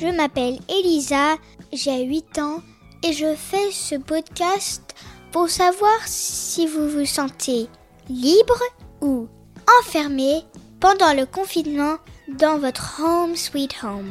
je m'appelle Elisa, j'ai 8 ans et je fais ce podcast pour savoir si vous vous sentez libre ou enfermé pendant le confinement dans votre home sweet home.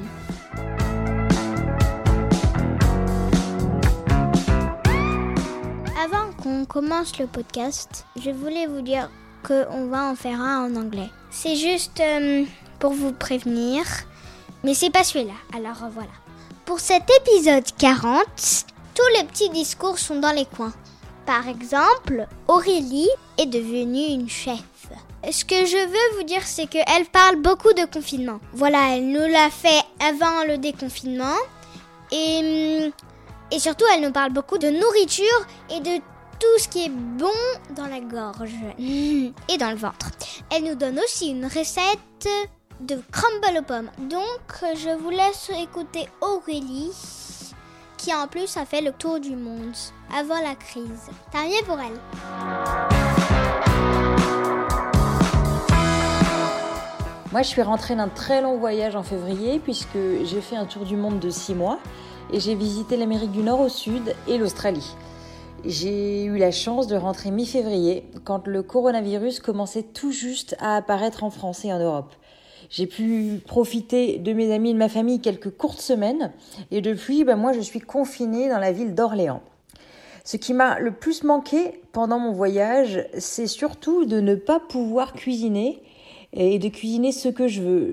Avant qu'on commence le podcast, je voulais vous dire qu'on va en faire un en anglais. C'est juste pour vous prévenir, mais c'est pas celui-là, alors voilà. Pour cet épisode 40, tous les petits discours sont dans les coins. Par exemple, Aurélie est devenue une chef. Ce que je veux vous dire, c'est qu'elle parle beaucoup de confinement. Voilà, elle nous l'a fait avant le déconfinement. Et surtout, elle nous parle beaucoup de nourriture et de tout ce qui est bon dans la gorge et dans le ventre. Elle nous donne aussi une recette de crumble aux pommes. Donc, je vous laisse écouter Aurélie, qui en plus a fait le tour du monde avant la crise. Tant mieux pour elle. Moi, je suis rentrée d'un très long voyage en février puisque j'ai fait un tour du monde de 6 mois et j'ai visité l'Amérique du Nord au sud et l'Australie. J'ai eu la chance de rentrer mi-février quand le coronavirus commençait tout juste à apparaître en France et en Europe. J'ai pu profiter de mes amis et de ma famille quelques courtes semaines et depuis, moi je suis confinée dans la ville d'Orléans. Ce qui m'a le plus manqué pendant mon voyage, c'est surtout de ne pas pouvoir cuisiner et de cuisiner ce que je veux.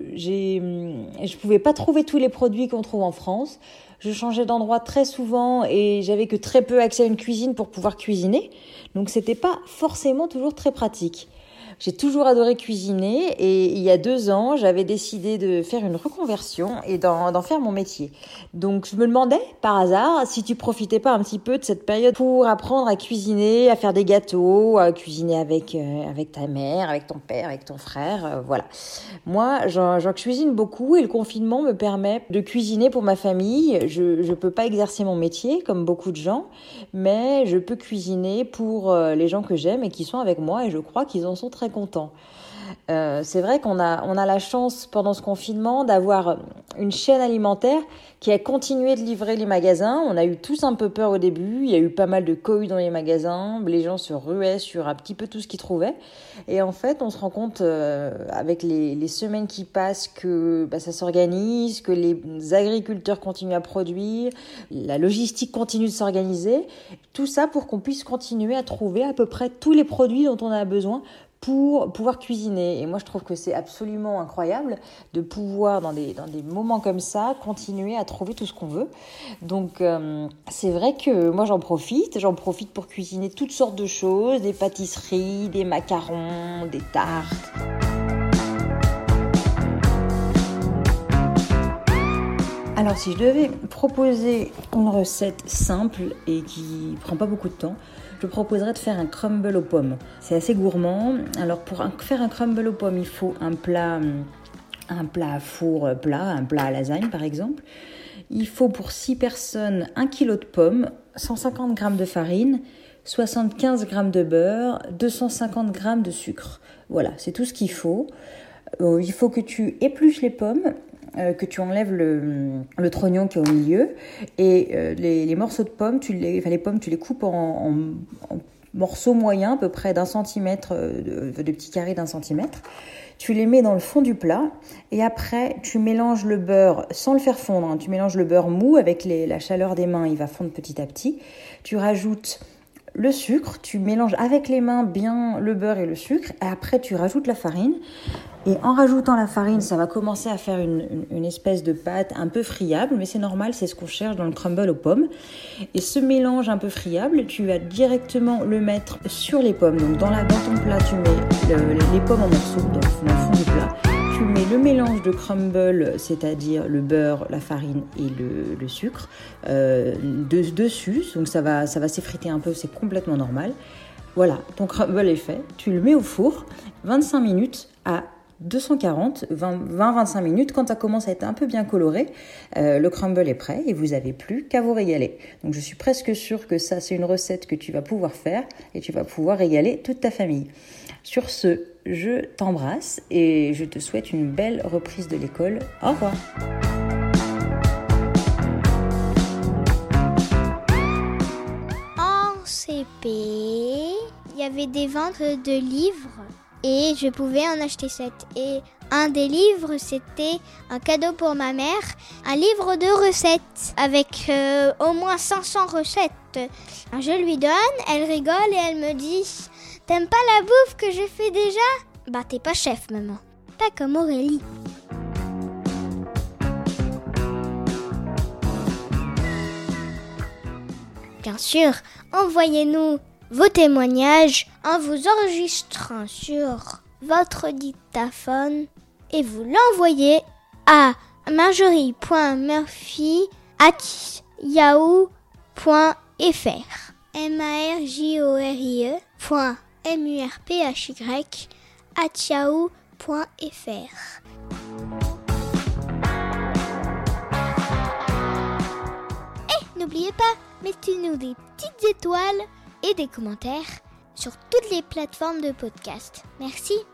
Je pouvais pas trouver tous les produits qu'on trouve en France. Je changeais d'endroit très souvent et j'avais que très peu accès à une cuisine pour pouvoir cuisiner. Donc c'était pas forcément toujours très pratique. J'ai toujours adoré cuisiner et il y a 2 ans, j'avais décidé de faire une reconversion et d'en faire mon métier. Donc je me demandais par hasard si tu profitais pas un petit peu de cette période pour apprendre à cuisiner, à faire des gâteaux, à cuisiner avec ta mère, avec ton père, avec ton frère, voilà. Moi, j'en cuisine beaucoup et le confinement me permet de cuisiner pour ma famille. Je peux pas exercer mon métier comme beaucoup de gens, mais je peux cuisiner pour les gens que j'aime et qui sont avec moi et je crois qu'ils en sont très contents. C'est vrai qu'on a la chance pendant ce confinement d'avoir une chaîne alimentaire qui a continué de livrer les magasins. On a eu tous un peu peur au début, il y a eu pas mal de cohue dans les magasins, les gens se ruaient sur un petit peu tout ce qu'ils trouvaient. Et en fait, on se rend compte avec les semaines qui passent que ça s'organise, que les agriculteurs continuent à produire, la logistique continue de s'organiser. Tout ça pour qu'on puisse continuer à trouver à peu près tous les produits dont on a besoin pour pouvoir cuisiner. Et moi, je trouve que c'est absolument incroyable de pouvoir, dans des moments comme ça, continuer à trouver tout ce qu'on veut. Donc, c'est vrai que moi, j'en profite pour cuisiner toutes sortes de choses, des pâtisseries, des macarons, des tartes. Alors, si je devais proposer une recette simple et qui prend pas beaucoup de temps, je proposerais de faire un crumble aux pommes. C'est assez gourmand. Alors, pour faire un crumble aux pommes, il faut un plat à four plat, un plat à lasagne par exemple. Il faut pour 6 personnes 1 kg de pommes, 150 g de farine, 75 g de beurre, 250 g de sucre. Voilà, c'est tout ce qu'il faut. Il faut que tu épluches les pommes, que tu enlèves le trognon qui est au milieu et les morceaux de pommes, les pommes tu les coupes en morceaux moyens, à peu près d'1 centimètre, de petits carrés d'1 centimètre. Tu les mets dans le fond du plat et après tu mélanges le beurre sans le faire fondre, hein. Tu mélanges le beurre mou avec la chaleur des mains, il va fondre petit à petit. Tu rajoutes le sucre, tu mélanges avec les mains bien le beurre et le sucre et après tu rajoutes la farine. Et en rajoutant la farine, ça va commencer à faire une espèce de pâte un peu friable, mais c'est normal, c'est ce qu'on cherche dans le crumble aux pommes. Et ce mélange un peu friable, tu vas directement le mettre sur les pommes. Donc dans ton plat, tu mets les pommes en morceaux dans le fond du plat. Tu mets le mélange de crumble, c'est-à-dire le beurre, la farine et le sucre, dessus. Donc ça va s'effriter un peu, c'est complètement normal. Voilà, ton crumble est fait. Tu le mets au four, 25 minutes à 240, 20-25 minutes. Quand ça commence à être un peu bien coloré, le crumble est prêt et vous n'avez plus qu'à vous régaler. Donc je suis presque sûre que ça, c'est une recette que tu vas pouvoir faire et tu vas pouvoir régaler toute ta famille. Sur ce, je t'embrasse et je te souhaite une belle reprise de l'école. Au revoir. GP, il y avait des ventes de livres et je pouvais en acheter 7. Et un des livres, c'était un cadeau pour ma mère, un livre de recettes avec au moins 500 recettes. Je lui donne, elle rigole et elle me dit « T'aimes pas la bouffe que je fais déjà ?» Bah t'es pas chef, maman. Pas comme Aurélie. Bien sûr, envoyez-nous vos témoignages en vous enregistrant sur votre dictaphone et vous l'envoyez à marjorie.murphy@yahoo.fr marjorie.murphy@yahoo.fr. N'oubliez pas, mettez-nous des petites étoiles et des commentaires sur toutes les plateformes de podcast. Merci.